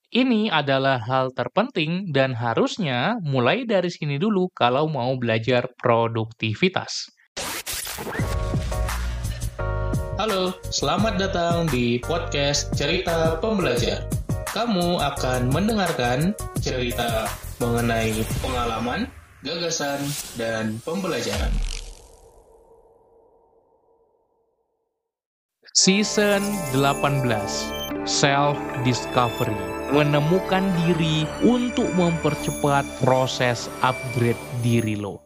Ini adalah hal terpenting dan harusnya mulai dari sini dulu kalau mau belajar produktivitas. Halo, selamat datang di podcast Cerita Pembelajar. Kamu akan mendengarkan cerita mengenai pengalaman, gagasan, dan pembelajaran. Season 18, Self-Discovery, menemukan diri untuk mempercepat proses upgrade diri lo.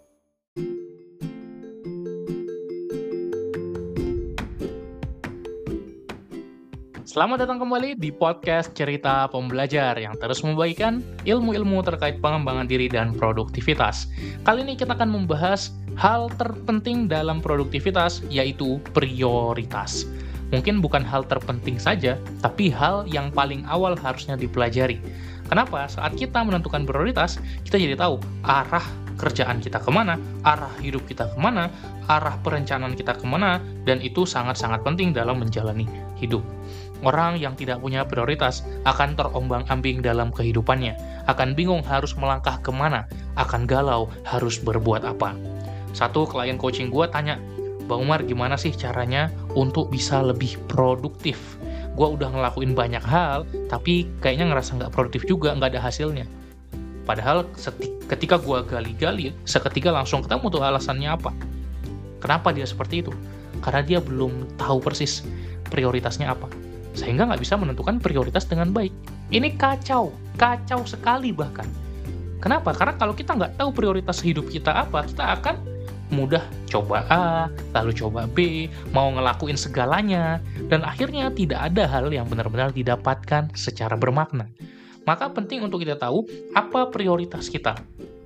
Selamat datang kembali di podcast Cerita Pembelajar yang terus membagikan ilmu-ilmu terkait pengembangan diri dan produktivitas. Kali ini kita akan membahas hal terpenting dalam produktivitas, yaitu prioritas. Mungkin bukan hal terpenting saja, tapi hal yang paling awal harusnya dipelajari. Kenapa? Saat kita menentukan prioritas, kita jadi tahu arah kerjaan kita kemana, arah hidup kita kemana, arah perencanaan kita kemana, dan itu sangat-sangat penting dalam menjalani hidup. Orang yang tidak punya prioritas akan terombang-ambing dalam kehidupannya, akan bingung harus melangkah kemana, akan galau harus berbuat apa. Satu klien coaching gue tanya, Bang Umar, gimana sih caranya untuk bisa lebih produktif? Gue udah ngelakuin banyak hal, tapi kayaknya ngerasa nggak produktif juga, nggak ada hasilnya. Padahal ketika gue gali-gali, seketika langsung ketemu tuh alasannya apa. Kenapa dia seperti itu? Karena dia belum tahu persis prioritasnya apa. Sehingga nggak bisa menentukan prioritas dengan baik. Ini kacau sekali bahkan. Kenapa? Karena kalau kita nggak tahu prioritas hidup kita apa, kita akan mudah coba A, lalu coba B, mau ngelakuin segalanya, dan akhirnya tidak ada hal yang benar-benar didapatkan secara bermakna. Maka penting untuk kita tahu apa prioritas kita.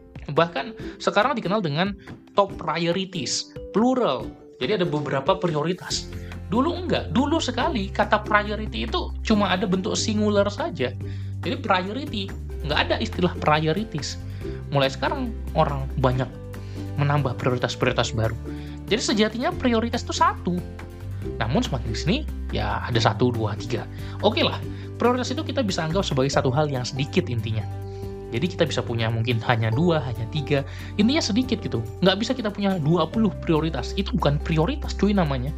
Bahkan sekarang dikenal dengan top priorities, plural. Jadi ada beberapa prioritas. Dulu enggak, dulu sekali kata priority itu cuma ada bentuk singular saja. Jadi priority, nggak ada istilah priorities. Mulai sekarang orang banyak menambah prioritas-prioritas baru. Jadi sejatinya prioritas itu satu. Namun semakin kesini, ya ada 1, 2, 3. Oke lah, prioritas itu kita bisa anggap sebagai satu hal yang sedikit intinya. Jadi kita bisa punya mungkin hanya 2, hanya 3. Intinya sedikit gitu. Nggak bisa kita punya 20 prioritas. Itu bukan prioritas cuy namanya.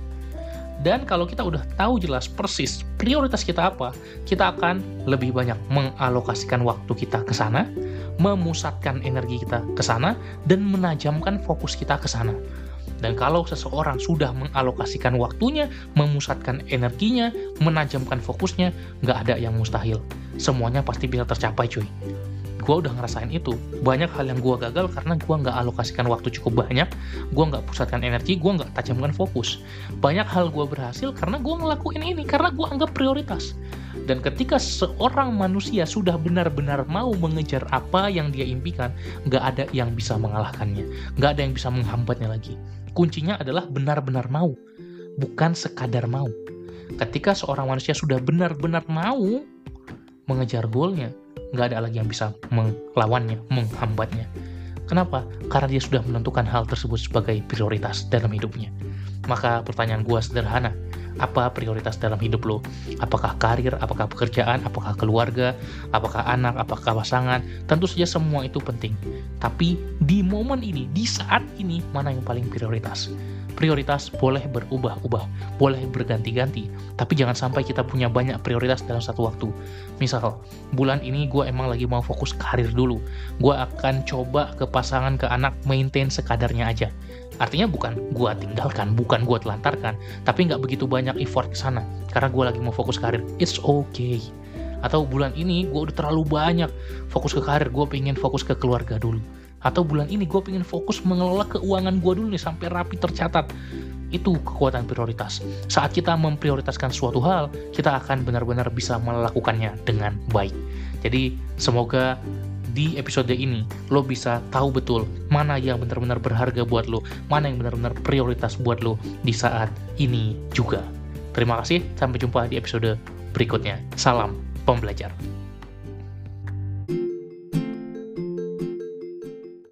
Dan kalau kita udah tahu jelas persis prioritas kita apa, kita akan lebih banyak mengalokasikan waktu kita ke sana, memusatkan energi kita ke sana, dan menajamkan fokus kita ke sana. Dan kalau seseorang sudah mengalokasikan waktunya, memusatkan energinya, menajamkan fokusnya, nggak ada yang mustahil. Semuanya pasti bisa tercapai cuy. Gue udah ngerasain itu. Banyak hal yang gue gagal karena gue nggak alokasikan waktu cukup banyak, gue nggak pusatkan energi, gue nggak tajamkan fokus. Banyak hal gue berhasil karena gue ngelakuin ini, karena gue anggap prioritas. Dan ketika seorang manusia sudah benar-benar mau mengejar apa yang dia impikan, nggak ada yang bisa mengalahkannya, nggak ada yang bisa menghambatnya lagi. Kuncinya adalah benar-benar mau, bukan sekadar mau. Ketika seorang manusia sudah benar-benar mau mengejar goalnya, nggak ada lagi yang bisa melawannya, menghambatnya. Kenapa? Karena dia sudah menentukan hal tersebut sebagai prioritas dalam hidupnya. Maka pertanyaan gue sederhana, apa prioritas dalam hidup lo? Apakah karir, apakah pekerjaan, apakah keluarga, apakah anak, apakah pasangan? Tentu saja semua itu penting. Tapi di momen ini, di saat ini, mana yang paling prioritas? Prioritas boleh berubah-ubah, boleh berganti-ganti, tapi jangan sampai kita punya banyak prioritas dalam satu waktu. Misal, bulan ini gue emang lagi mau fokus karir dulu, gue akan coba ke pasangan, ke anak, maintain sekadarnya aja. Artinya bukan gue tinggalkan, bukan gue telantarkan, tapi nggak begitu banyak effort ke sana, karena gue lagi mau fokus karir. It's okay. Atau bulan ini gue udah terlalu banyak fokus ke karir, gue pengen fokus ke keluarga dulu. Atau bulan ini gue pengen fokus mengelola keuangan gue dulu nih sampai rapi tercatat. Itu kekuatan prioritas. Saat kita memprioritaskan suatu hal, kita akan benar-benar bisa melakukannya dengan baik. Jadi semoga di episode ini lo bisa tahu betul mana yang benar-benar berharga buat lo, mana yang benar-benar prioritas buat lo di saat ini juga. Terima kasih, sampai jumpa di episode berikutnya. Salam pembelajar.